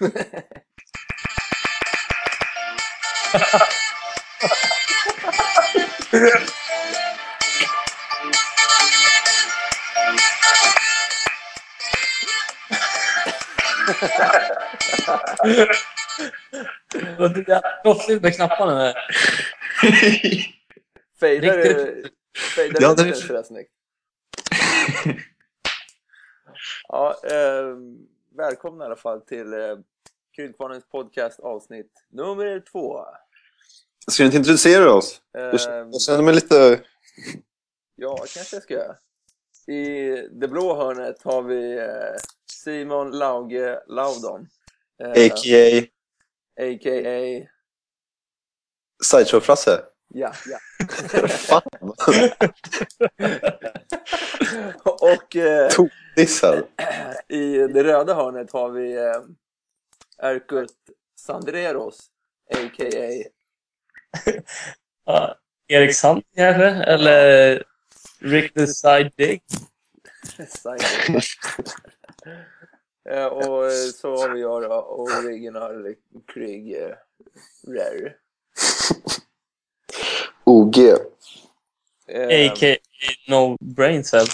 Jag proffsigt med knapparna här. Fejdar du den så snyggt. Ja, välkomna i alla fall till Kryddkvarnens podcast avsnitt nummer 2. Ska du inte introducera oss? Jag känner mig lite... Ja, kanske jag ska göra. I det blå hörnet har vi Simon Lauge Laudon. A.k.a. Sideshow-Frasse. Ja. Fan. Och Tokdissad. i det röda hörnet har vi Erkut Sandreros, a.k.a. Erik Sand kanske? Eller Rick the Side Dick? Och så har vi jag då, original Krieg Rare. OG. A.k.a. No Brain Cell.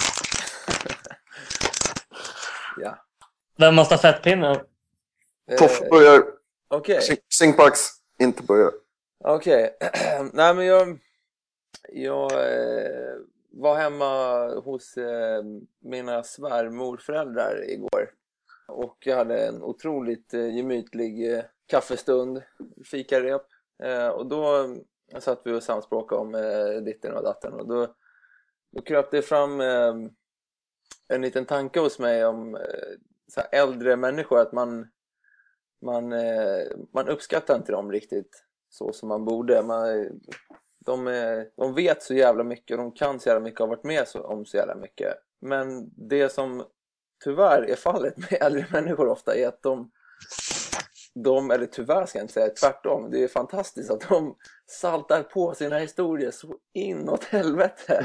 Ja. Vem har stafettpinnen? Toffe börjar. Okej. Sinkbax inte börjar. Okej. Nej, men jag var hemma hos mina svärmorföräldrar igår. Och jag hade en otroligt gemytlig kaffestund, fikarep. Och då satt vi och samspråkade om ditten och datten. Och då kröp det fram en liten tanke hos mig om så här äldre människor. Att man uppskattar inte dem riktigt så som man borde. De vet så jävla mycket och de kan så jävla mycket och har varit med om så jävla mycket. Men det som tyvärr är fallet med äldre människor ofta är att de eller tyvärr ska jag inte säga, tvärtom. Det är fantastiskt att de saltar på sina historier så inåt helvete.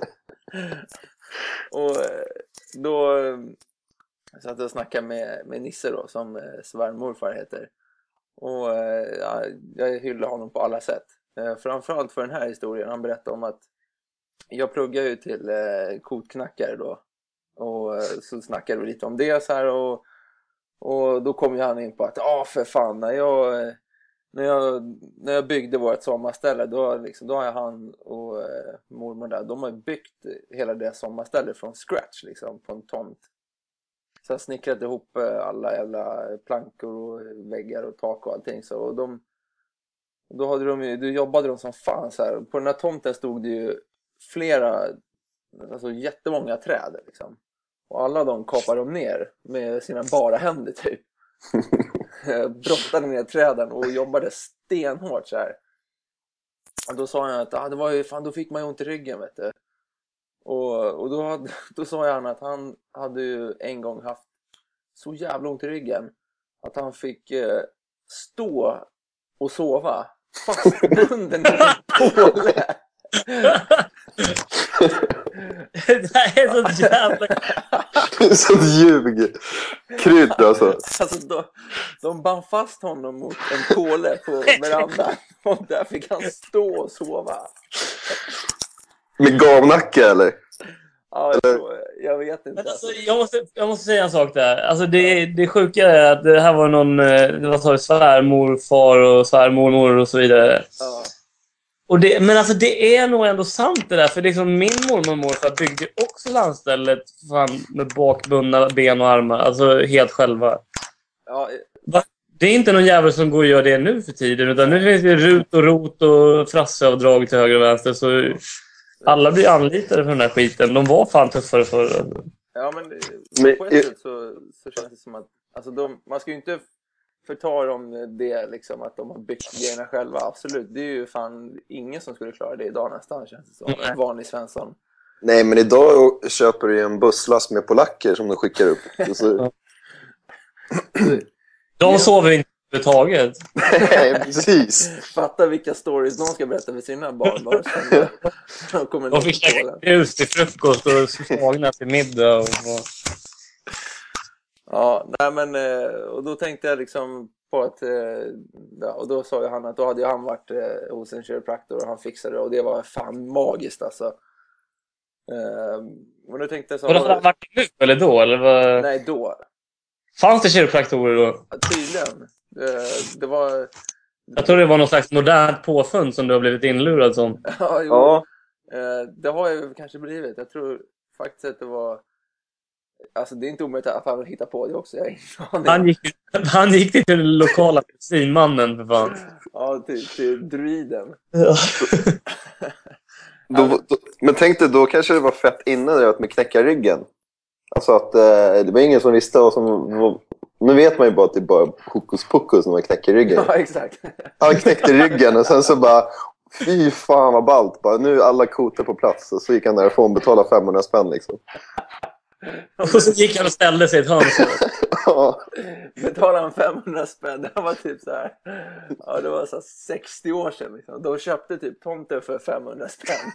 Och då satt jag och snackade med Nisse då, som svärmorfar heter. Och jag hyllar honom på alla sätt. Framförallt för den här historien. Han berättade om att jag pluggar ju till kotknackare då. Och så snackade vi lite om det så här. Och då kom ju han in på att för fan, när jag byggde vårt sommarställe, då har han och mormor där, de har byggt hela det sommarstället från scratch liksom, på en tomt. Så jag snickrat ihop alla jävla plankor och väggar och tak och allting. Så, och då jobbade de som fan så här. På den här tomten stod det ju jättemånga träd liksom. Och alla de kapade de ner med sina bara händer typ. Brottade ner träden och jobbade stenhårt så här. Och då sa han att det var ju fan, då fick man ju ont i ryggen, vet du. Och då sa han att han hade ju en gång haft så jävla ont i ryggen att han fick stå och sova fastbunden i en påle. Det här är så jävla... Det är sånt ljug. Krydd alltså. De band fast honom mot en påle på verandan. Och där fick han stå och sova. Med gavnacke eller? Ja, jag vet inte. Alltså, jag måste säga en sak där. Alltså det sjuka är att det här var någon svärmorfar och svärmormor och så vidare. Ja. Men alltså det är nog ändå sant det där. För liksom min mormor och morfar byggde också landstället med bakbundna ben och armar. Alltså helt själva. Ja. Det är inte någon jävel som går och gör det nu för tiden. Utan nu finns det rut och rot och frasseavdrag till höger och vänster. Så alla blir anlitade för den här skiten. De var fan tuffare förr. Ja, men på ett sätt så känns det som att alltså man ska ju inte förta dem det liksom, att de har byggt grejerna själva. Absolut, det är ju fan ingen som skulle klara det idag nästan, känns det som. En vanlig Svensson. Nej, men idag köper du en busslast med polacker som de skickar upp. Så... De sover inte överhuvudtaget. Nej, precis. Fatta vilka stories de ska berätta för sina barn. De fick käka grus till frukost och svagna till middag. Ja, nej men och då tänkte jag liksom på att ja, och då sa ju han att då hade ju han varit hos en kiropraktor och han fixade det och det var fan magiskt alltså. Men då tänkte jag så. Och då hade han varit nu eller då? Eller vad? Nej, då. Fanns det kiropraktorer då? Ja, tydligen. Det var... Jag tror det var någon slags modernt påfund som du har blivit inlurad som. Ja, jo. Ja. Det har jag ju kanske blivit. Jag tror faktiskt att det var... Alltså det är inte omöjligt att han hittar på det också. Jag har ingen aning. Han gick till den lokala medicinmannen för fan. Ja, till druiden. Ja. Men tänk dig, då kanske det var fett innan det med knäcka ryggen. Alltså att det var ingen som visste vad som var... Nu vet man ju bara att det är bara hokus pokus när man knäcker ryggen. Ja, exakt. Han knäckte ryggen och sen så bara... Fy fan vad ballt. Bara, nu är alla koter på plats. Och så gick han därifrån och betalade 500 spänn liksom. Och så gick han och ställde sig i ett hörn. Ja. Betalade han 500 spänn. Det var typ så här. Ja, det var så 60 år sedan liksom. De köpte typ tomter för 500 spänn.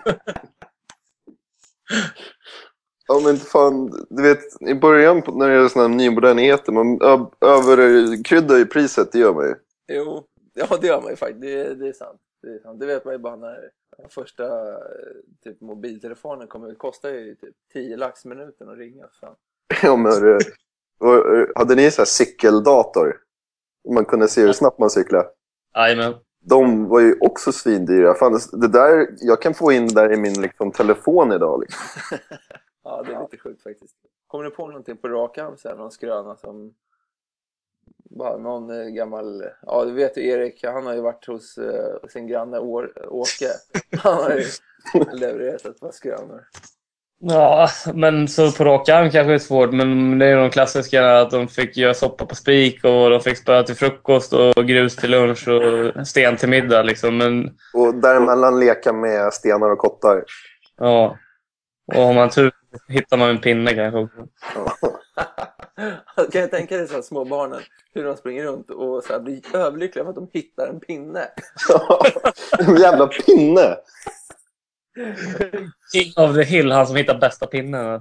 Ja men fan, du vet, i början när det är såna här nymodernheter, man överkryddar ju priset, det gör man ju. Jo, ja det gör man ju faktiskt, det är sant. Det vet man ju bara när första typ mobiltelefonen kommer att kosta ju typ 10 lax minuten att ringa. Fan. Ja men hade ni så här cykeldator? Man kunde se hur snabbt man cyklar. Jajamän. De var ju också svindyra. Fan, det där, jag kan få in det där i min liksom, telefon idag liksom. Ja, det är lite sjukt faktiskt. Kommer du på någonting på rak arm sen? Någon skröna som... Bara någon gammal... Ja, du vet ju Erik. Han har ju varit hos sin granne Åke. Han har ju levererat ett par skrönor. Ja, men så på rak arm kanske det är svårt. Men det är ju de klassiska att de fick göra soppa på spik och de fick spöa till frukost och grus till lunch och sten till middag liksom. Men... Och däremellan leka med stenar och kottar. Ja. Och om man tur hittar man en pinne kanske också. Kan jag tänka dig så här små barnen hur de springer runt och så här blir överlyckliga för att de hittar en pinne. En jävla pinne. King of the Hill, han som hittar bästa pinnen.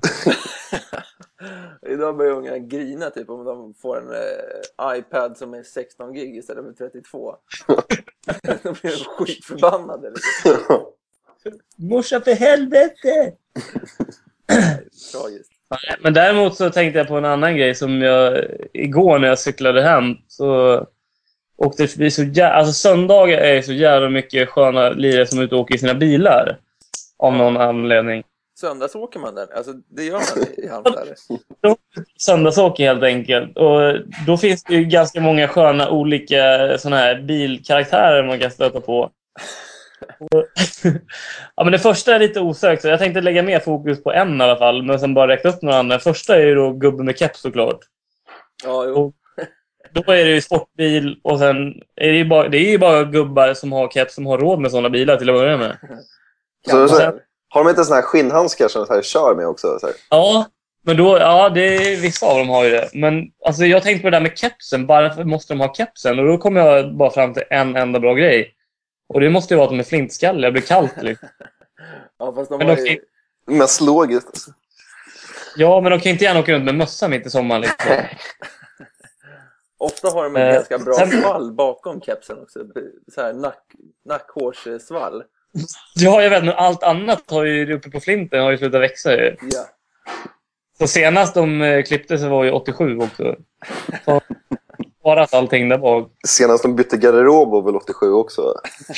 Idag börjar unga grina typ om de får en iPad som är 16 gig istället för 32. De blir skitförbannade liksom. Morsa för helvete! Tragiskt. Men däremot så tänkte jag på en annan grej som jag igår när jag cyklade hem så åkte det förbi så alltså söndagar är så jävla mycket sköna lirare som är ute och åker i sina bilar av någon anledning. Söndags åker man där? Alltså det gör man i Halmstad. Söndagsåker helt enkelt. Och då finns det ju ganska många sköna olika såna här bilkaraktärer man kan stöta på. Ja, men det första är lite osökt så jag tänkte lägga mer fokus på en i alla fall, men sen bara räkna upp några andra. Första är ju då gubben med keps såklart. Ja, jo. Och då är det ju sportbil och sen är det är ju bara gubbar som har keps som har råd med sådana bilar till att börja med. Har de inte såna här skinnhandskar som så här kör med också? Så här? Ja, men då, vissa av dem har ju det. Men alltså, jag tänkte på det där med kepsen. Varför måste de ha kepsen? Och då kom jag bara fram till en enda bra grej. Och det måste ju vara att de är flintskalliga. Det blir kallt liksom. Ja, fast de men har ju... Mest logiskt. Alltså. Ja, men de kan inte gärna åka runt med mössa mitt i sommaren liksom. Ofta har de en ganska bra svall bakom kepsen också. Så här nackhårssvall. Ja, jag vet. Men allt annat har ju uppe på flinten har ju slutat växa ju. Ja. Så senast de klippte så var ju 87 också. Så bara allting där bak. Senast de bytte garderob var väl 87 också.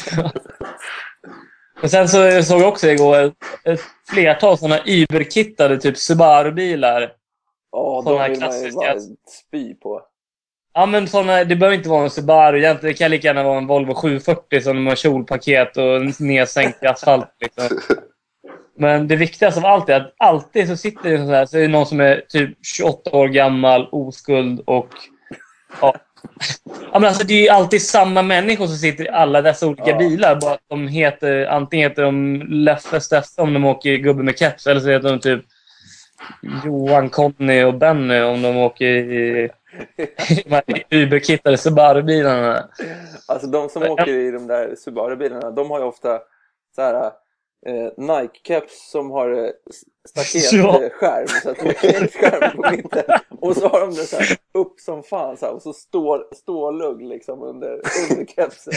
Men sen så såg jag också igår ett flertal sådana überkittade typ Subaru-bilar. Ja, de vill man ju bara spy på. Ja, men såna, det behöver inte vara en Subaru. Egentligen, det kan lika gärna vara en Volvo 740 som har kjolpaket och nedsänkt i asfalt. Liksom. Men det viktigaste av allt är att alltid så sitter det så här, så är det någon som är typ 28 år gammal, oskuld och... Ja. Ja, men alltså, det är ju alltid samma människor som sitter i alla dessa olika bilar. Bara att de heter, antingen heter de Leffe Steffe om de åker gubbe med keps, eller så heter de typ Johan, Conny och Benny om de åker i überkittade Subaru-bilarna. Alltså de som åker i de där Subaru-bilarna, de har ju ofta så här Nike-caps som har staketskärm så att de är skärm på mitten. Och så har de det så här upp som fan så här, och så stålugg liksom under kepsen.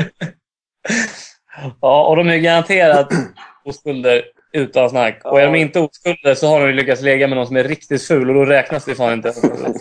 Ja, och de är garanterat oskulder utan snack. Och är de inte oskulder så har de ju lyckats lägga med någon som är riktigt ful och då räknas det fan inte.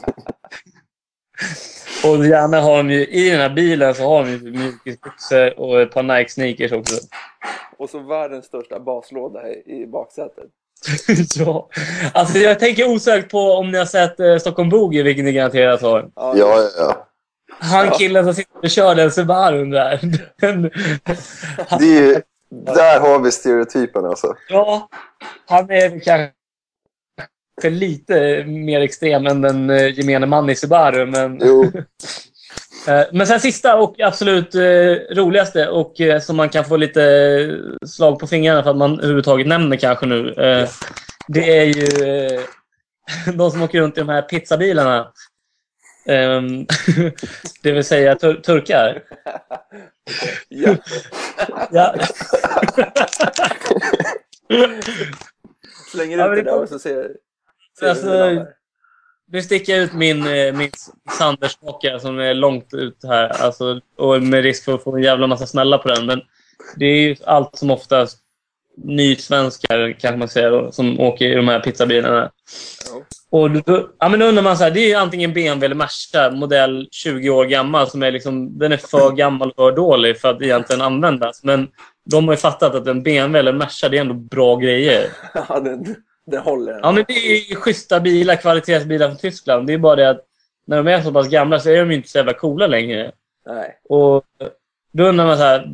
Och gärna har de ju i den här bilen så har de ju mjukisbyxor och ett par Nike sneakers också. Och så världens största baslåda i baksätet. Ja. Alltså jag tänker osökt på om ni har sett Stockholm Boogie, vilken ni garanterat har. Ja. Han killen som sitter och kör den Subaru där. Det är ju, där har vi stereotypen alltså. Ja, han är kanske lite mer extrem än den gemene man i Subaru. Men, men sen sista och absolut roligaste och som man kan få lite slag på fingrarna för att man överhuvudtaget nämner kanske nu. Det är ju de som åker runt i de här pizzabilarna. Det vill säga turkar. Ja. Slänger ut det där och så ser alltså, nu sticker jag ut min Sandersmocka som är långt ut här. Alltså, och med risk för att få en jävla massa smälla på den. Men det är ju allt som oftast nysvenskar kanske man säger då, som åker i de här pizzabilarna. Och då undrar man så här, det är ju antingen BMW eller Merca modell 20 år gammal som är liksom, den är för gammal och för dålig för att egentligen användas. Men de har ju fattat att en BMW eller Merca, det är ändå bra grejer. Ja, det håller. Ja, men det är ju schyssta bilar, kvalitetsbilar från Tyskland. Det är bara det att när de är så pass gamla så är de ju inte så jävla coola längre. Nej. Och då undrar man så här,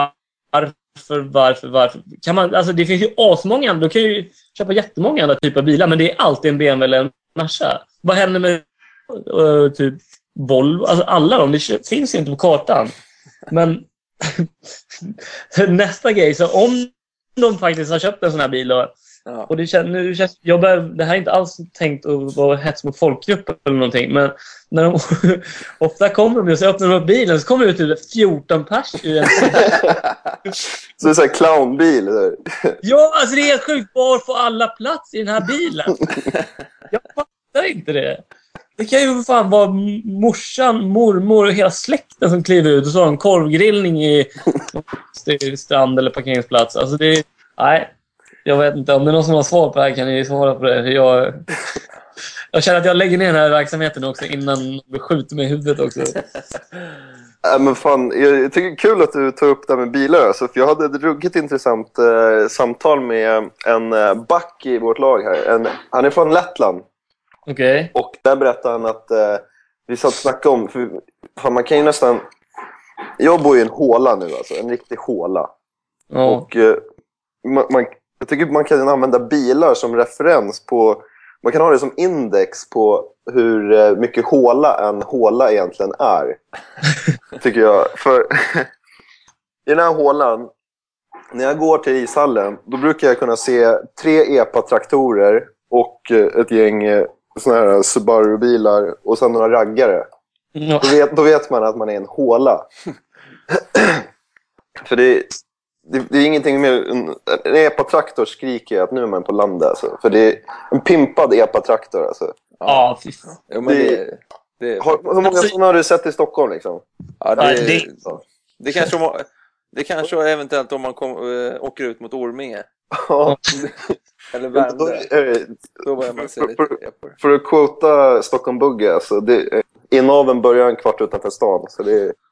varför? Kan man, alltså det finns ju asmånga, du kan ju köpa jättemånga andra typer av bilar, men det är alltid en BMW eller en Merca. Vad händer med typ Volvo? Alltså alla de, det finns ju inte på kartan. Men nästa grej, så om de faktiskt har köpt en sån här bil och det känns, det här är inte alls tänkt att vara hets mot folkgrupper eller någonting, men när de ofta kommer de och så öppnar de upp bilen så kommer det ut 14 pers ur en så det är så här clownbil där. Ja, alltså det är helt sjukt. Var får alla plats i den här bilen? Jag fattar inte det. Det kan ju fan vara morsan, mormor och hela släkten som kliver ut och så har en korvgrillning i strand eller parkeringsplats. Alltså det nej, jag vet inte. Om det är någon som har svar på det här kan ni svara på det. Jag känner att jag lägger ner den här verksamheten också innan vi skjuter mig i huvudet också. Men fan, jag tycker det är kul att du tar upp det här med bilar. Alltså, för jag hade ett ruggigt intressant samtal med en back i vårt lag här. Han är från Lettland. Okej. Och där berättade han att vi satt och snackade om... För man kan ju nästan... Jag bor i en håla nu, alltså. En riktig håla. Ja. Och jag tycker man kan använda bilar som referens på... Man kan ha det som index på hur mycket håla en håla egentligen är. Tycker jag. För i den här hålan, när jag går till ishallen, då brukar jag kunna se 3 EPA-traktorer och ett gäng såna här Subaru-bilar och sen några raggare. Ja. Då vet man att man är en håla. För det är ingenting mer... En EPA-traktor skriker att nu är man på landet. Alltså. För det är en pimpad EPA-traktor. Alltså. Ja, ja, men hur många sådana har du sett i Stockholm? Liksom? Ja, det kanske eventuellt om man åker ut mot Orminge. Ja. Eller Värmdö. Då börjar man se lite EPA. För att quota Stockholm Bugge, alltså, inaveln börjar en kvart utanför stan. Så det är...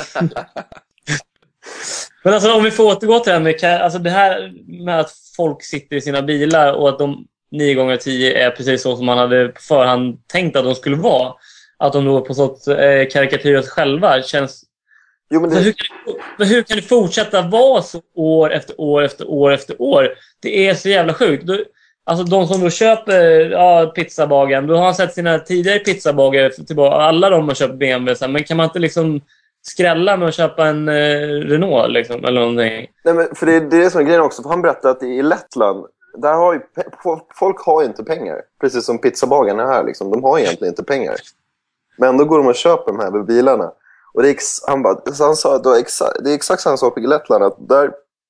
Men alltså om vi får återgå till det här med att folk sitter i sina bilar och att de 9 gånger 10 är precis så som man hade på förhand tänkt att de skulle vara. Att de då på sånt karikatyrer själva känns... Jo, men hur kan det fortsätta vara så år efter år efter år efter år? Det är så jävla sjukt. Alltså de som då köper pizzabagaren, då har han sett sina tidigare pizzabagare tillbaka. Alla de har köpt BMW. Men kan man inte liksom skrälla med att köpa en Renault liksom, eller någonting? Nej, men för det är det som är grejen också. För han berättade att i Lettland, där har ju folk har ju inte pengar. Precis som pizzabagarna här liksom. De har egentligen inte pengar. Men då går de och köper de här bilarna. Och han sa att det är exakt samma sak i Lettland. Att där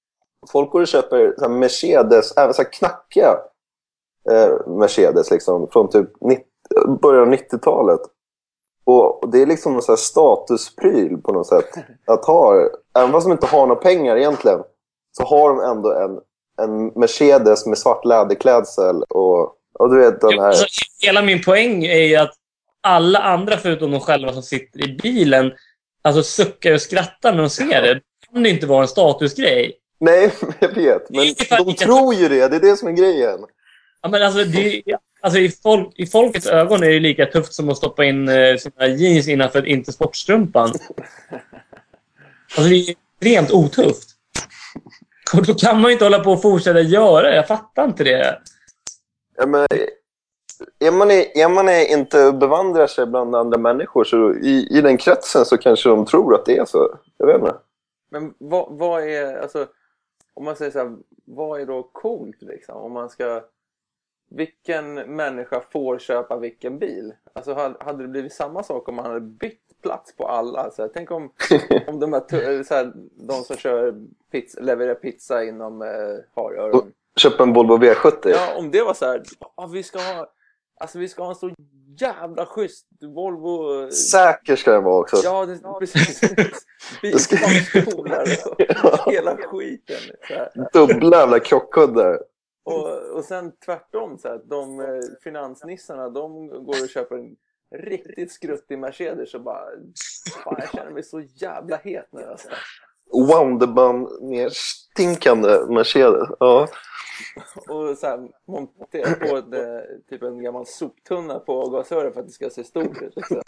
folk går och köper så här Mercedes, även så här knackiga Mercedes liksom, från typ början av 90-talet. Och det är liksom en så här statuspryl på något sätt. Att även fast de inte har några pengar egentligen, så har de ändå en Mercedes med svart läderklädsel och du vet den här... Alltså, hela min poäng är ju att alla andra förutom de själva som sitter i bilen alltså suckar och skrattar när de ser det. Det kan inte vara en statusgrej. Nej, jag vet. Men de tror ju det. Det är det som är grejen. Ja, men alltså, i folkets ögon är det lika tufft som att stoppa in sina jeans innanför inte sportstrumpan. Alltså det är extremt otufft. Och då kan man ju inte hålla på och fortsätta göra det. Jag fattar inte det. Ja, men är man inte bevandrar sig bland andra människor, så i den kretsen så kanske de tror att det är så. Jag vet inte. Men vad är, alltså, om man säger så här, vad är då coolt liksom? Om man ska, vilken människa får köpa vilken bil? Alltså hade det blivit samma sak om man hade bytt plats på alla? Så jag tänker om de här, så här, de som kör levererar pizza inom Haröron. Köpa en Volvo V70. Ja, om det var så här, vi ska ha en så jävla schysst Volvo. Säker ska den vara också. Ja, precis. Bilspanspolar och hela skiten. Så här. Dubbla jävla krockkuddar. Och sen tvärtom så här, de finansnissarna, de går och köper en riktigt skruttig Mercedes och bara, fan, jag känner mig så jävla het nu alltså. Wonderband ner stinkande Mercedes. Ja. Och så här montera på typ en gammal soptunna på avgasröret för att det ska se stort ut liksom.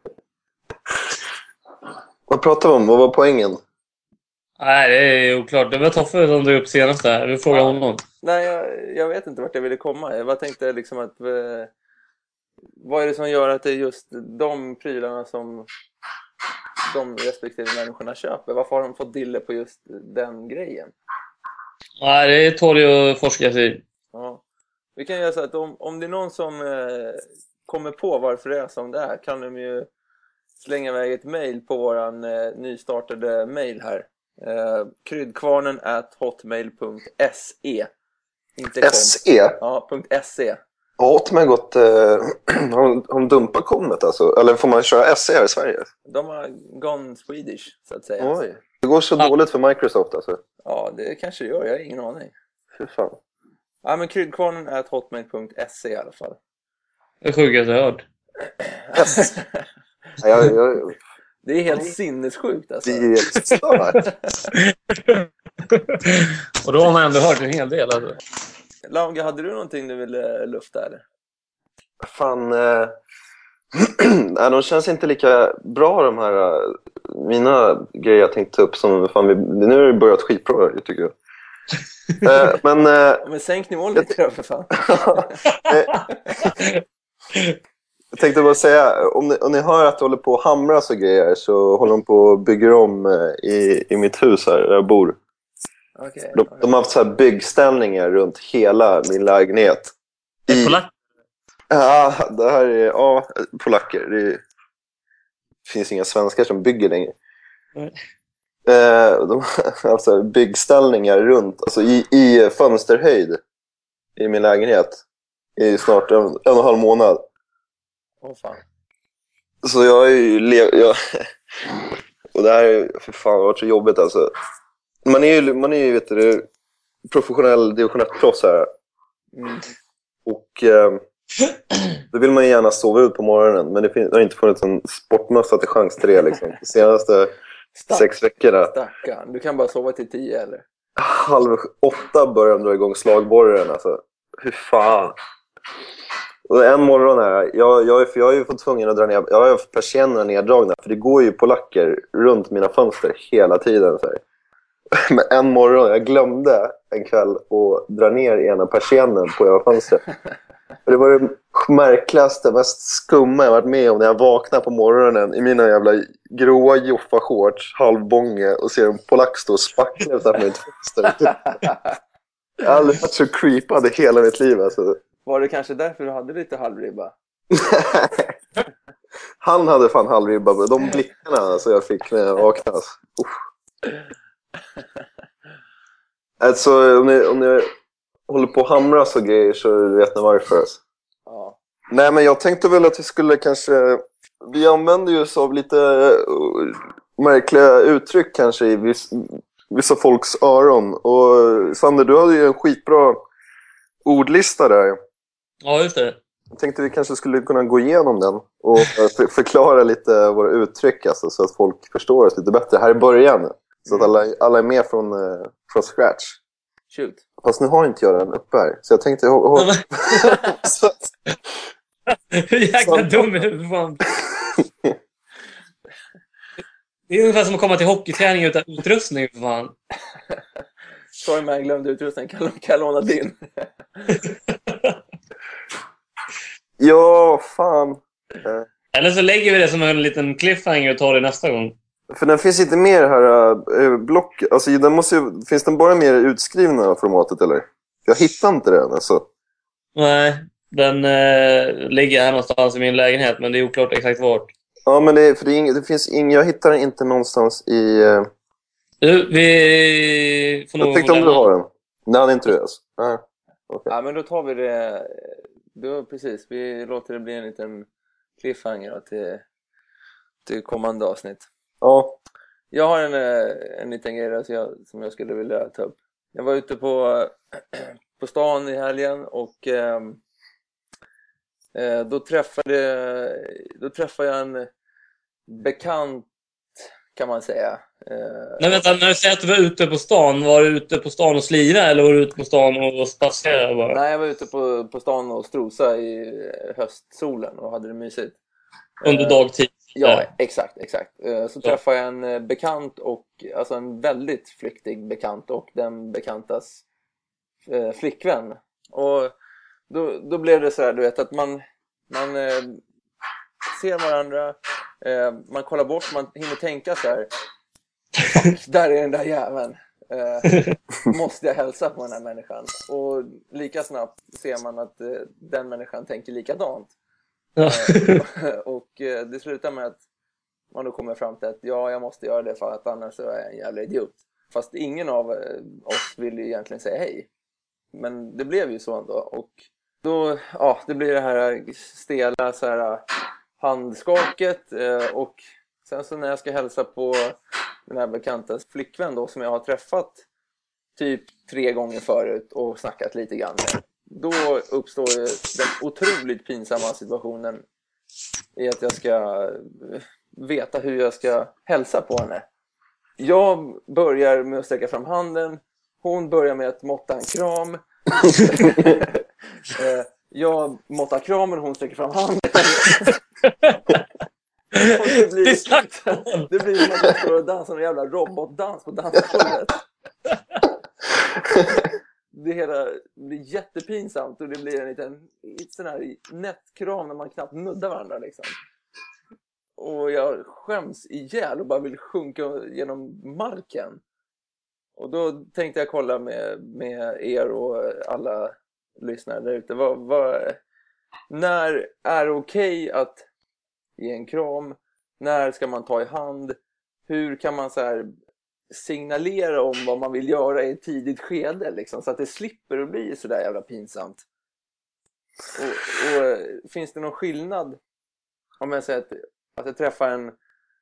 Vad pratar vi om? Vad var poängen? Nej, det är oklart. Det var Toffe som drog upp senast där. Vi frågar honom. Nej, jag vet inte vart jag ville komma. Jag bara tänkte liksom att vad är det som gör att det är just de prylarna som de respektive människorna köper? Varför har de fått dille på just den grejen? Nej, det tål ju att forska sig. Ja. Vi kan göra så att om det är någon som kommer på varför det är som det är, kan de ju slänga iväg ett mejl på våran nystartade mejl här. kryddkvarnen@hotmail.se. Inte kom. SE? Ja, .se. Hotmail gått... har de dumpat kommet alltså? Eller får man köra SE här i Sverige? De har gone Swedish, så att säga. Oj. Det går så dåligt för Microsoft alltså. Ja, det kanske gör. Jag har ingen aning. Fy fan. Ja, men kryddkvarnen@hotmail.se i alla fall. Det sjukaste jag hört. Yes. Det är helt sinnessjukt alltså. Det är helt stört. Och då har man ändå hört en hel del alltså. Lauge, hade du någonting du ville lufta eller? Fan, nej, de känns inte lika bra de här mina grejer jag tänkte upp som fan nu har det börjat skitbra tycker jag. Men sänk nivån lite då för fan. Jag tänkte bara säga, om ni hör att det håller på att hamras och grejer, så håller de på att bygga om i mitt hus här där jag bor. Okay. De har haft så här byggställningar runt hela min lägenhet. Polacker? Ja, det här är polacker. Det finns inga svenskar som bygger längre. De har haft så här byggställningar runt, alltså i fönsterhöjd i min lägenhet i snart en och en halv månad. Fan. Så jag är ju och det här är för fan varit så jobbigt alltså. Man är ju vet du, professionell division 1-proffs här. Och då vill man ju gärna sova ut på morgonen, men det har inte funnits en sportmössa till chans till det liksom. De senaste 6 veckorna. Stackarn. Du kan bara sova till 10 eller? 7:30 börjar de dra igång slagborren alltså. Hur fan. Och en morgon här, jag har ju fått tvungen att dra ner, jag har haft persiennerna neddragna, för det går ju polacker runt mina fönster hela tiden så här. Men en morgon, jag glömde en kväll att dra ner ena persiennen på ena fönstret. Det var det märkligaste, mest skumma jag varit med om när jag vaknade på morgonen i mina jävla gråa Joffa-shorts, halvbånge, och ser en polack stå och spackla utanför mitt fönster. Jag har aldrig varit så creepad i hela mitt liv alltså. Var det kanske därför du hade lite halvribba? Han hade fan halvribba. De blickarna alltså, jag fick när jag vaknade. Alltså, om ni håller på att hamra så grejer så vet ni varför. Alltså. Ja. Nej, men jag tänkte väl att vi skulle kanske... Vi använder ju oss av lite märkliga uttryck kanske i vissa folks öron. Och Sander, du hade ju en skitbra ordlista där. Ja, just det. Jag tänkte vi kanske skulle kunna gå igenom den och förklara lite våra uttryck alltså, så att folk förstår oss lite bättre här i början. Så att alla är med från scratch. Shoot. Fast nu har inte jag den uppe här. Så jag tänkte... Hur jäkla dum är du, fan? Det är ungefär som att komma till hockeyträning utan utrustning, för fan. Sorry, men jag glömde utrustning. Kan jag låna din? Ja, fan. Eller så lägger vi det som en liten cliffhanger och tar det nästa gång. För den finns inte mer här block. Alltså finns den bara mer utskrivna formatet eller? Jag hittar inte den alltså. Nej, den ligger här någonstans i min lägenhet, men det är oklart exakt vart. Ja, men det finns jag hittar den inte någonstans i... Du, vi får nog... Jag tänkte om du har den. Nej, det är inte det alltså. Nej. Okay. Ja, men då tar vi det. Precis, vi låter det bli en liten cliffhanger då, till kommande avsnitt. Ja. Jag har en liten grej som jag skulle vilja ta upp. Jag var ute på stan i helgen och då träffade jag en bekant, kan man säga. Nej, vänta, när du säger att du var ute på stan, var du ute på stan och slira eller var du ute på stan och spacera bara? Nej, jag var ute på stan och strosa i höstsolen och hade det mysigt. Under dagtid? Ja, exakt. Så träffade jag en bekant och alltså en väldigt flyktig bekant och den bekantas flickvän. Och då blev det så här, du vet, att man ser varandra, man kollar bort, man hinner tänka så här: där är den där jäveln. Måste jag hälsa på den här människan? Och lika snabbt ser man att den människan tänker likadant. Och det slutar med att man då kommer fram till att jag måste göra det för att annars är jag en jävla idiot. Fast ingen av oss vill ju egentligen säga hej. Men det blev ju så ändå. Och då, det blir det här stela så här handskaket. Och sen så när jag ska hälsa på den här bekantas flickvän då, som jag har träffat typ 3 gånger förut och snackat lite grann med, då uppstår den otroligt pinsamma situationen i att jag ska veta hur jag ska hälsa på henne. Jag börjar med att sträcka fram handen. Hon börjar med att måtta en kram. Jag måttar kramen och hon sträcker fram handen. Och det blir som att jag står och dansar en jävla robotdans på dansgolvet. Det hela blir jättepinsamt och det blir en liten sån här nättkram när man knappt nuddar varandra liksom. Och jag skäms ihjäl och bara vill sjunka genom marken. Och då tänkte jag kolla med er och alla lyssnare där ute. När är det okej att ge en kram? När ska man ta i hand? Hur kan man så här signalera om vad man vill göra i ett tidigt skede liksom, så att det slipper att bli så där jävla pinsamt? Och finns det någon skillnad om jag säger att jag träffar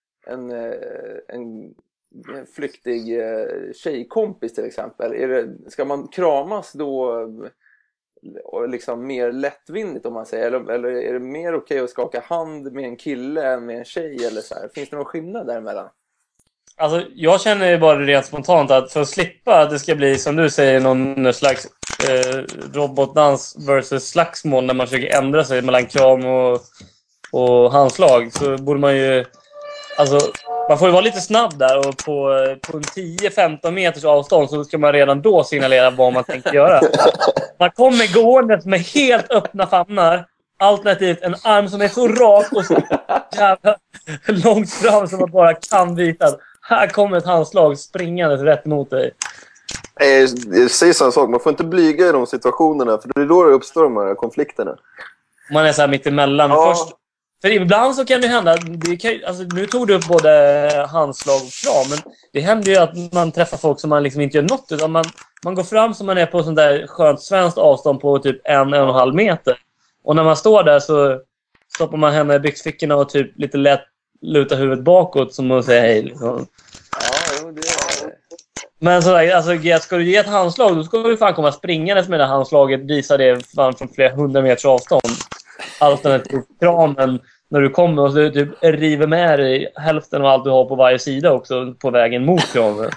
en flyktig tjejkompis till exempel? Ska man kramas då liksom mer lättvindigt om man säger, eller är det mer okej att skaka hand med en kille än med en tjej eller så här? Finns det någon skillnad däremellan? Alltså, jag känner ju bara rent spontant att för att slippa att det ska bli, som du säger, någon slags robotdans versus slagsmål när man försöker ändra sig mellan kram och handslag, så borde man ju... Alltså, man får ju vara lite snabb där och på en 10-15 meters avstånd så ska man redan då signalera vad man tänker göra. Man kommer gående med helt öppna famnar, alternativt en arm som är så rak och så jävla långt fram som man bara kan visa. Här kommer ett handslag springande rätt mot dig. Jag säger samma sak, man får inte blyga i de situationerna, för det är då det uppstår de här konflikterna. Man är så här mitt emellan. Ja. Först, för ibland så kan det hända, alltså, nu tog du upp både handslag och kram, men det händer ju att man träffar folk som man liksom inte gör något, utan man går fram som man är på sån där skönt svenskt avstånd på typ 1,5 meter. Och när man står där så stoppar man henne i byxfickorna och typ lite lätt lutar huvudet bakåt som att säga hej. Liksom. Ja, jo, det är... Men så, alltså, ska du ge ett handslag, då ska du fan komma springandes med det handslaget, visa det fan från flera 100 meters avstånd. Alternativt kramen när du kommer och du typ river med dig hälften av allt du har på varje sida också på vägen mot kramen.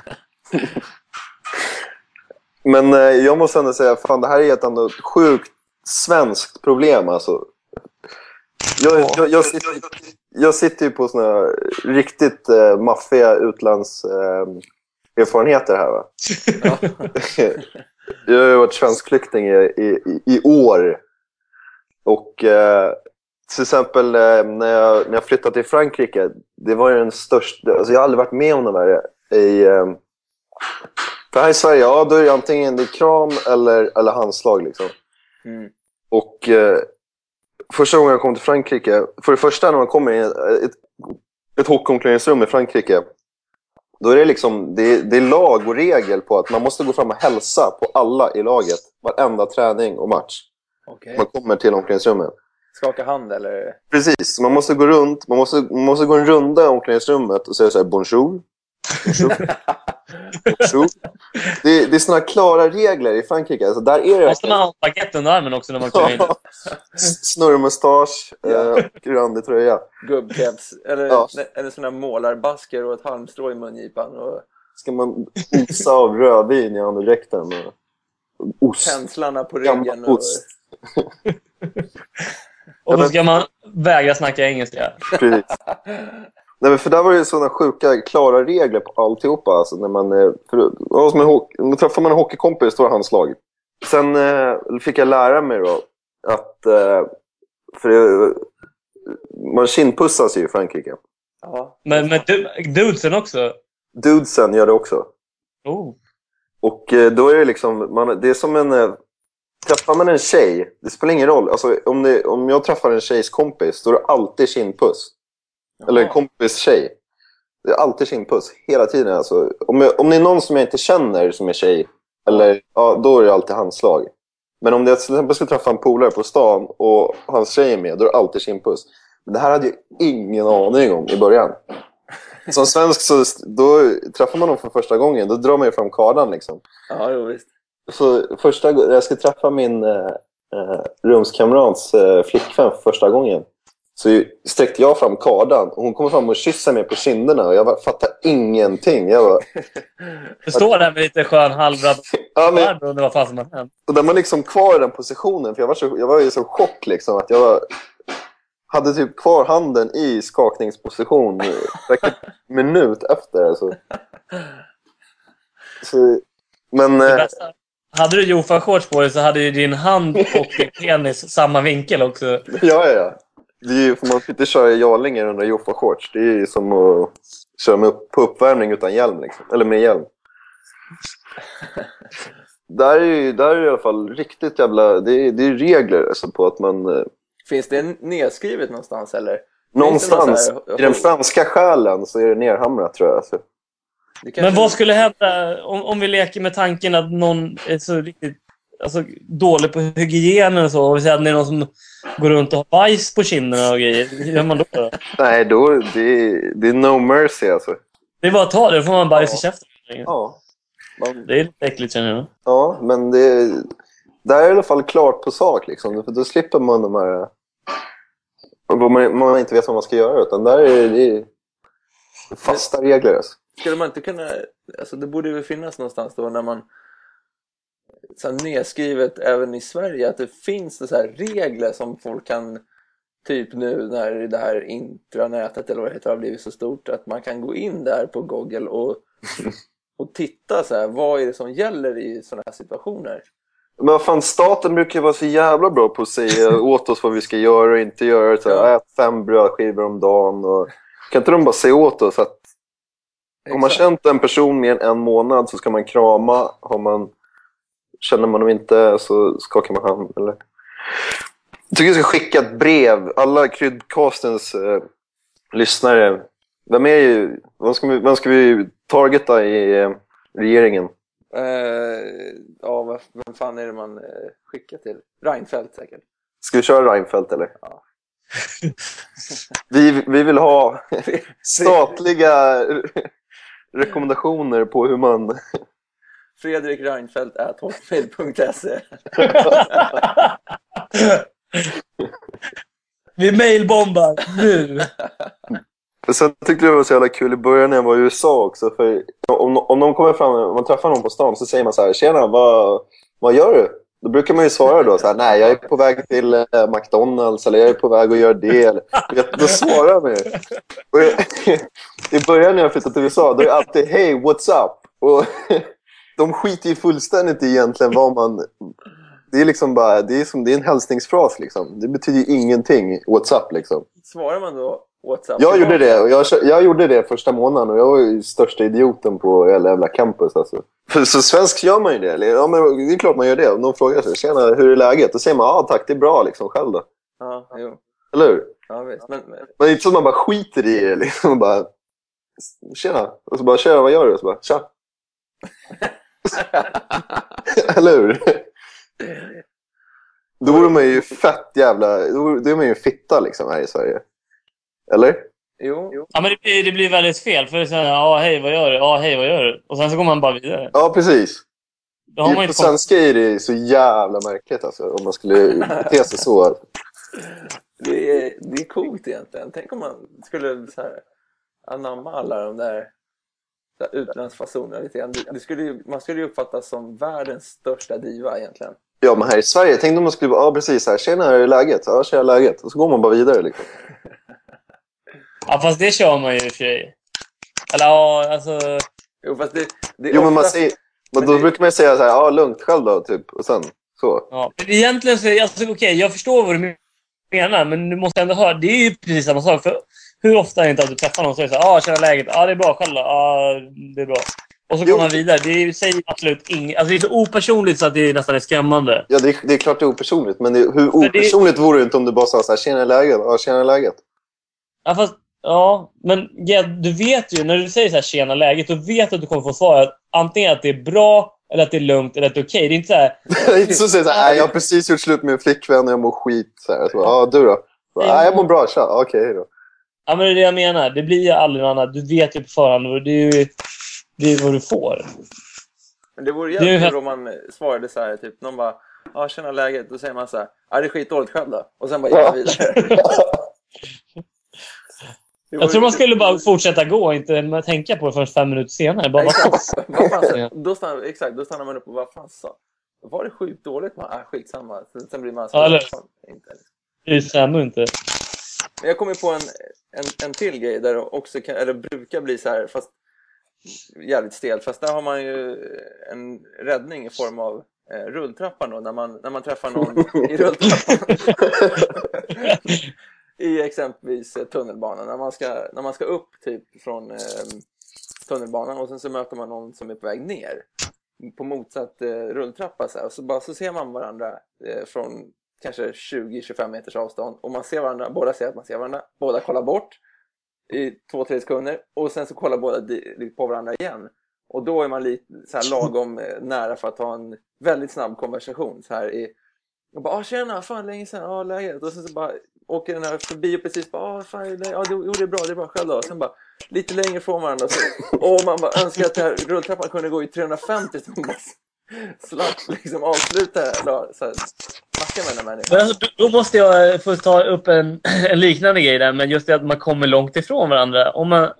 Men jag måste ändå säga, fan, det här är ett sjukt svenskt problem alltså. Jag sitter ju på såna här riktigt maffiga utlands erfarenheter här, va? Ja. Jag har ju varit svensk flykting i år. Och till exempel när jag flyttade till Frankrike, det var ju den största, alltså jag har aldrig varit med om det värre för här i Sverige, ja, då är det antingen det kram eller handslag liksom. Och första gången jag kom till Frankrike, för det första när man kommer i ett hockeyomklädningsrum i Frankrike, då är det liksom, det är lag och regel på att man måste gå fram och hälsa på alla i laget varenda träning och match. Okay. Man kommer till omklädningsrummet. Skaka hand eller? Precis, man måste gå runt, man måste gå en runda i omklädningsrummet och säga så här: bonjour. Bonjour. Det är såna klara regler i Frankrike. Alltså, där är det... Måste man ha en pakett under armen också när man kommer in? Snurrmustasch och randig tröja. Gubbkeps. Eller såna målarbasker och ett halmstrå i mungipan. Och... Ska man osa av rödvin i andedräkten och ost. Penslarna på ryggen. Och så ska man vägra snacka engelska. Precis. Nej, men för där var det sådana sjuka, klara regler på alltihopa. Alltså, när man träffar man en hockeykompis, står handslag. Sen fick jag lära mig då att man kindpussas ju i Frankrike. Ja. Men dudesen också? Dudesen gör det också. Oh. Och då är det liksom, det är som en... Träffar man en tjej, det spelar ingen roll. Alltså, om jag träffar en tjejs kompis, då är det alltid kindpuss. Eller en kompis tjej. Det är alltid kindpuss, hela tiden. Alltså, om det är någon som jag inte känner som är tjej, eller, ja, då är det alltid handslag. Men om jag till exempel skulle träffa en polare på stan och hans tjej är med, då är det alltid kindpuss. Men det här hade jag ingen aning om i början. Som svensk så då träffar man dem för första gången, då drar man ju fram kardan liksom. Ja, jo, visst. Så första gången jag skulle träffa min rumskamrats flickvän för första gången, så sträckte jag fram kardan och hon kom fram och kysste mig på kinderna och jag fattar ingenting. Du står där med lite skön halvrad. Ja, men det var fan som att hänt. Och där man liksom kvar i den positionen, för jag var ju så chock liksom att jag hade typ kvar handen i skakningsposition en minut efter alltså. Men hade du Jofa-shorts på dig så hade ju din hand och din penis samma vinkel också. Ja. Det är ju, för man får inte köra jarlingar under Jofa-shorts. Det är ju som att köra på uppvärmning utan hjälm liksom. Eller med hjälm. Där är i alla fall riktigt jävla... Det är regler alltså, på att man... Finns det nedskrivet någonstans eller? Någonstans i den franska själen så är det nerhamrat, tror jag alltså. Men vad skulle hända om vi leker med tanken att någon är så riktigt dålig på hygienen och så, och vi säger att det är någon som går runt och har bajs på kinderna och grejer? Hur gör man då? Nej, då det är no mercy alltså. Det är bara att ta det, då får man bajs i käften. Ja. Det är lite äckligt, känner jag. Ja, men det är i alla fall klart på sak liksom, för då slipper man de här man inte vet vad man ska göra, utan där är det fasta regler alltså. Skulle man inte kunna, alltså det borde väl finnas någonstans då när man så här nedskrivet även i Sverige att det finns så här regler som folk kan, typ nu när det här intranätet eller vad det heter har blivit så stort, att man kan gå in där på Google och titta så här, vad är det som gäller i sådana här situationer. Men vad fan, staten brukar vara så jävla bra på att säga åt oss vad vi ska göra och inte göra. Så här, ät 5 brödskivor om dagen. Och kan inte de bara säga åt oss att om man känt en person mer än 1 månad så ska man krama. Känner man dem inte så skakar man hand. Eller? Jag tycker jag ska skicka ett brev. Alla Kryddcastens lyssnare. Vem ska vi targeta i regeringen? Ja, vem fan är det man skickar till? Reinfeldt säkert. Ska vi köra Reinfeldt eller? Ja. Vi vill ha statliga rekommendationer på hur man... fredrikreinfeldt@hotmail.se. Vi mailbombar nu. Sen tyckte jag det var så jävla kul i början när jag var i USA också. För om någon kommer fram, om man träffar någon på stan så säger man så här: tjena, vad gör du? Då brukar man ju svara då så här: nej, jag är på väg till McDonalds, eller jag är på väg att göra det. Eller, då svarar man ju. I början när jag flyttade till USA, då är det alltid hey, what's up? Och de skiter ju fullständigt i egentligen vad man... Det är liksom bara, det är en hälsningsfras liksom. Det betyder ju ingenting, what's up liksom. Svarar man då what's up? Jag gjorde det, och jag gjorde det första månaden, och jag var ju största idioten på hela jävla campus alltså. Så svensk gör man ju det, eller? Ja, men det är klart man gör det. Om någon frågar sig, tjena, hur är läget? Då säger man, ja tack, det är bra liksom, själv då. Ja, jo. Eller hur? Ja, visst. Men det är inte så att man bara skiter i det liksom, bara, tjena. Och så bara, tjena, vad gör du? Och så bara, tja. Eller hur? Då vore man ju fett jävla... Då är man ju fitta liksom här i Sverige. Eller? Jo. Ja, men det blir väldigt fel. För det är så här, ja hej vad gör du? Ja hej vad gör du? Och sen så går man bara vidare. Ja, precis. Då har man På inte svenska är det så jävla märkligt alltså, om man skulle bete sig så. Det är coolt egentligen. Tänk om man skulle så här anamma alla de där utlandsfasonerna lite grann. Man skulle ju uppfattas som världens största diva egentligen. Ja, men här i Sverige, tänk om man skulle vara precis så här: tjena, hur är läget? Ja, tjena, läget. Och så går man bara vidare liksom. Ja, fast det kör man ju i och för sig. Eller ja, alltså... Jo, fast det är Jo, men ofta... man säger... Men då brukar man säga så här: ja, lugnt själv då, typ. Och sen, så. Ja, men egentligen så är alltså, okej, jag förstår vad du menar, men du måste ändå höra, det är ju precis samma sak. För hur ofta är det inte att du träffar någon och säger så här: tjena läget, det är bra själv då, det är bra. Och så går man vidare. Det säger absolut inget. Alltså det är så opersonligt så att det nästan är skrämmande. Ja, det är klart det är opersonligt. Men hur opersonligt vore det inte om du bara sa så här: tjena läget, tjena läget. Ja, fast... Ja, men du vet ju, när du säger så här tjena läget, då vet du att du kommer få svara att antingen att det är bra, eller att det är lugnt, eller att det är okej. Det är inte så här... Det är inte så att säga så här: jag har precis gjort slut med en flickvän och jag mår skit. Så här. Så, du då? Jag mår bra, tja. Okej då. Ja, men det är det jag menar. Det blir ju aldrig något annat. Du vet ju på förhand, och det är vad du får. Men det vore jävligt om man svarade så här, typ någon bara, tjena läget. Då säger man så här, det är skitdåligt själv då. Och sen bara gick man vidare. Jag tror man skulle bara fortsätta gå och inte tänka på det förrän 5 minuter senare. Bara, då stannar man upp och vad fan sa? Var det sjukt dåligt? Skitsamma. Sen blir man så inte. Det stämmer inte. Men jag kommer på en till grej där det också brukar bli så här, fast jävligt stelt. Fast där har man ju en räddning i form av rulltrappan då, när man träffar någon i rulltrappan. I exempelvis tunnelbanan, när man ska upp typ från tunnelbanan, och sen så möter man någon som är på väg ner på motsatt rulltrappa så här, och så ser man varandra från kanske 20-25 meters avstånd, och man ser varandra, båda ser att man ser varandra, båda kollar bort i 2-3 sekunder, och sen så kollar båda på varandra igen, och då är man lite så här lagom nära för att ha en väldigt snabb konversation så här och bara, tjena, fan länge sedan, läget, och sen så bara åker den här förbi och precis bara, fan, det är bra själv då. Och sen bara, lite längre från varandra så, och man bara önskar att det här rulltrappan kunde gå i 350 så man bara slapp liksom avsluta då, så här, snacka med den här människan. Alltså, då måste jag få ta upp en liknande grej där, men just det att man kommer långt ifrån varandra.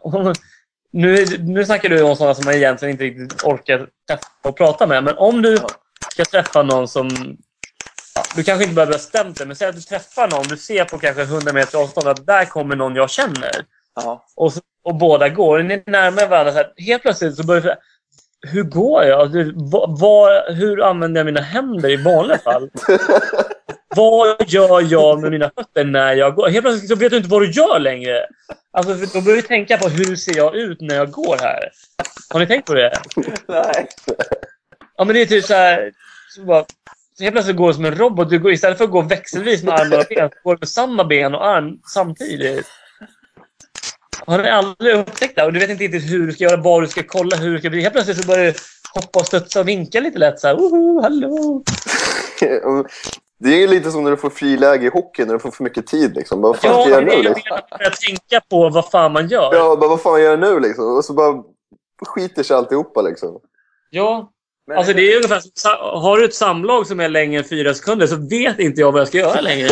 Nu snackar du om sådana som man egentligen inte riktigt orkar träffa och prata med, men om du ska träffa någon som... Du kanske inte behöver bestämma dig, men säg att du träffar någon, du ser på kanske 100 meter avstånd att där kommer någon jag känner. Ja. Och båda går, ni är närmare varandra så här, helt plötsligt så börjar det, hur går jag? Hur använder jag mina händer i vanliga fall? Vad gör jag med mina fötter när jag går? Helt plötsligt så vet du inte vad du gör längre. Alltså då börjar vi tänka på hur ser jag ut när jag går här. Har ni tänkt på det? Nej. Ja, men det är typ så här, så bara, så helt plötsligt går du som en robot. Du går, istället för att gå växelvis med armar och ben, så går du med samma ben och arm samtidigt. Har ni aldrig upptäckt det? Och du vet inte riktigt hur du ska göra, vad du ska kolla, hur du ska bli. Helt plötsligt så börjar du hoppa och studsa och vinka lite lätt så här. Woho, hallå. Det är ju lite som när du får friläge i hockey, när du får för mycket tid liksom. Vad fan ska jag göra nu liksom? Jag börjar tänka på vad fan man gör. Ja, bara, vad fan gör jag nu liksom? Och så bara skiter sig alltihopa liksom. Ja, alltså det är ungefär som, har du ett samlag som är längre än 4 sekunder så vet inte jag vad jag ska göra längre.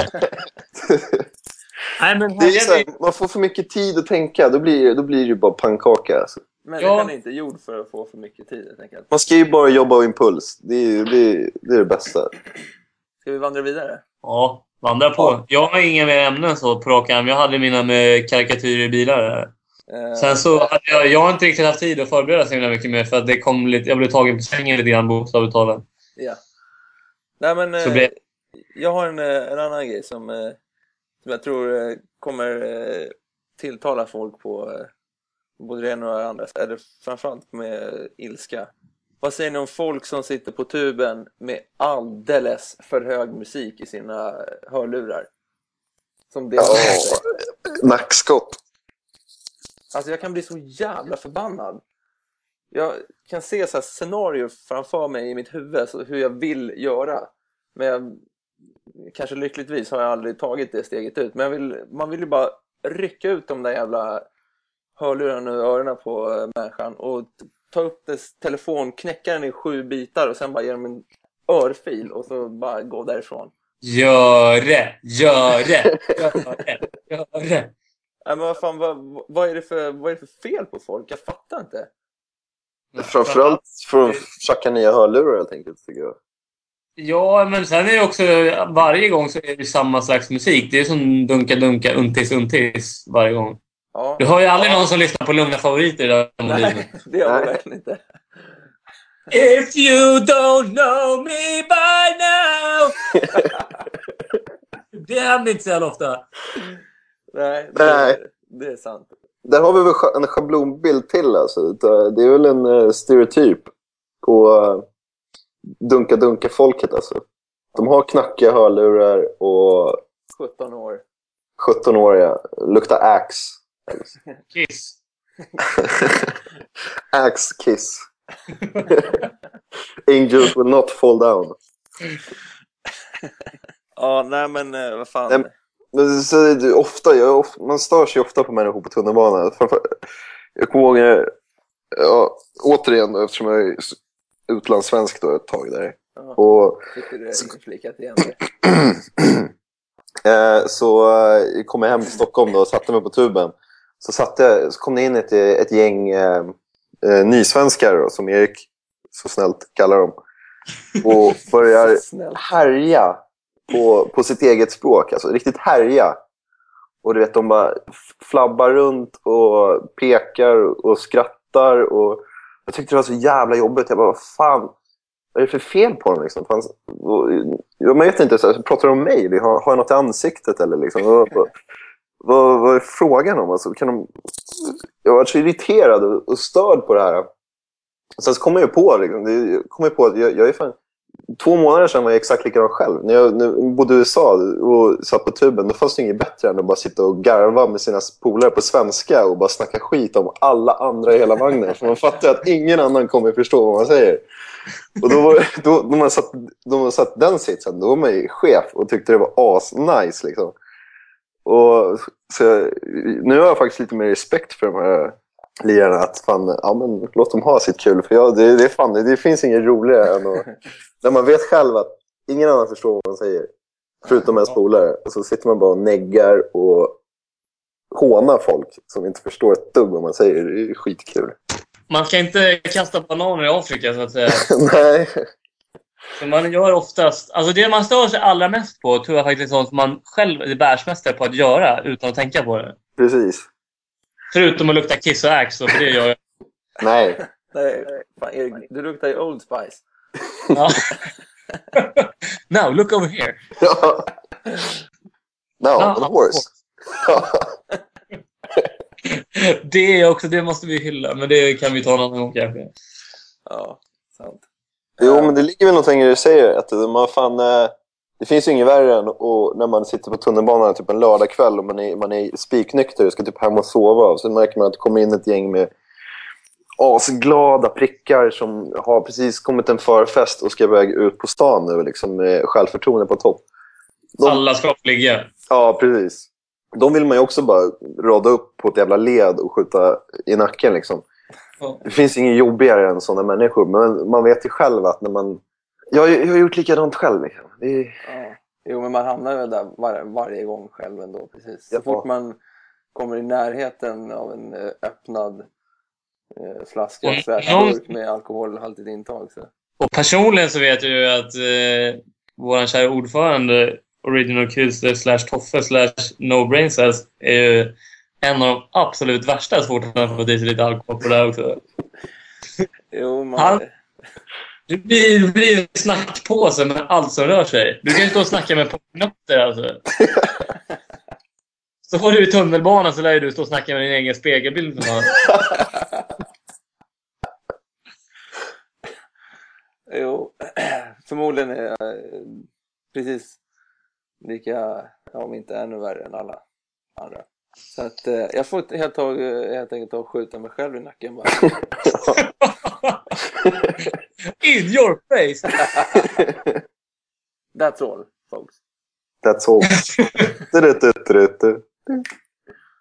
Nej, men det är så här, man får för mycket tid att tänka, då blir det ju bara pannkaka alltså. Människan är inte gjord för att få för mycket tid, helt enkelt. Man ska ju bara jobba av impuls. Det är det bästa. Ska vi vandra vidare? Ja, vandra på. Ja. Jag har inga mer ämnen så på rak arm. Jag hade mina med karikatyrer i bilar där. Sen så hade jag har inte riktigt haft tid att förbereda sig mycket mer för att det kom lite, jag blev tagen på sängen lite grann bokstavligt talat. Ja. Nej men jag har en annan grej som jag tror kommer tilltala folk på både det ena och det andra. Eller framförallt med ilska. Vad säger ni om folk som sitter på tuben med alldeles för hög musik i sina hörlurar? Som det nackskott. Alltså jag kan bli så jävla förbannad. Jag kan se så här scenarier framför mig i mitt huvud så hur jag vill göra. Men kanske lyckligtvis har jag aldrig tagit det steget ut. Men man vill ju bara rycka ut de där jävla hörlurarna ur öronen på människan och ta upp dess telefon, knäcka den i 7 bitar och sen bara ge dem en örfil och så bara gå därifrån. Gör det! Nej, men vad fan, vad är det för fel på folk? Jag fattar inte. Framförallt för att tjacka nya hörlurar helt enkelt, tycker jag. Ja, men sen är det också varje gång så är det samma slags musik. Det är som dunka, untis varje gång. Ja. Du har ju aldrig någon som lyssnar på lugna favoriter där. Nej, det gör jag verkligen inte. If you don't know me by now. Det händer inte så jävla ofta. Nej, det är sant. Där har vi väl en schablonbild till alltså. Det är väl en stereotyp på dunka folket alltså. De har knackiga hörlurar och 17 år. 17 år, ja. Luktar ax. Kiss. Axe kiss. Angels will not fall down. Ja, nej men vad fan. Men så är det ofta, man stör sig ofta på människor på tunnelbanan. Jag kommer ihåg, återigen då, eftersom jag är utlandssvensk då ett tag där. Ja, och tycker du är inflikat igen. Så kom jag hem till Stockholm då och satte mig på tuben. Så kom det in ett gäng nysvenskar då, som Erik så snällt kallar dem. Och börjar härja på sitt eget språk. Alltså riktigt härja. Och du vet, de bara flabbar runt och pekar och skrattar. Och jag tyckte det var så jävla jobbigt. Jag bara, vad fan, vad är det för fel på dem liksom? Man vet inte, så här, pratar de om mig? Har jag något i ansiktet eller liksom? Vad är frågan om? Alltså, jag var så irriterad och störd på det här. Sen så kom jag på att jag är fan 2 månader sedan var jag exakt likadan själv. När jag bodde i USA och satt på tuben, då fanns det inget bättre än att bara sitta och garva med sina polare på svenska och bara snacka skit om alla andra i hela vagnen. För man fattar att ingen annan kommer förstå vad man säger. Och då man satt den sitsen, då var man ju chef och tyckte det var as-nice liksom. Och så nu har jag faktiskt lite mer respekt för de här lirarna, att fan, ja men låt dem ha sitt kul, för det finns inget roligare än att, när man vet själv att ingen annan förstår vad man säger förutom ens polare, och så sitter man bara och neggar och hånar folk som inte förstår ett dugg vad man säger. Det är skitkul. Man ska inte kasta bananer i Afrika så att säga. Nej. Så man gör oftast, alltså det man stör sig allra mest på tror jag faktiskt är sånt som man själv är världsmästare på att göra utan att tänka på det. Precis. Förutom att lukta kiss och ax, för det gör jag. Nej. Fan, Erik, du luktar ju Old Spice. Ja. Now, look over here. Ja. Now, a horse. Det måste vi hylla, men det kan vi ta en annan gång kanske. Ja, sant. Jo, men det ligger väl någonting i det du säger, att man fan, det finns ju inget värre än när man sitter på tunnelbanan typ en lördagkväll och man är spiknykter och ska typ hem och sova, och så märker man att det kommer in ett gäng med asglada prickar som har precis kommit en förfest och ska iväg ut på stan nu liksom, med självförtroende på topp. Alla ska flyga. Ja, precis. De vill man ju också bara rada upp på ett jävla led och skjuta i nacken liksom. Ja. Det finns ingen jobbigare än sådana människor. Men man vet ju själv att när man... Jag har gjort likadant själv liksom. Det är... Ja. Jo, men man hamnar ju där varje gång själv ändå, precis. Så Ja. fort man kommer i närheten av en öppnad flaska burk med alkoholhaltigt intag. Så. Och personligen så vet jag ju att vår kära ordförande Original Killster /Toffe /No Brain Cells är ju en av de absolut värsta så fort han får i sig lite alkohol på det här också. Jo, man... Det blir snackpåse med allt som rör sig. Du kan ju stå och snacka med popnötter alltså. Så får du i tunnelbanan så lär du stå och snacka med din egen spegelbild. Jo, förmodligen är jag precis lika, om inte ännu värre än alla andra. Så att jag får helt enkelt ta och skjuta mig själv i nacken bara. In your face! That's all, folks. That's all.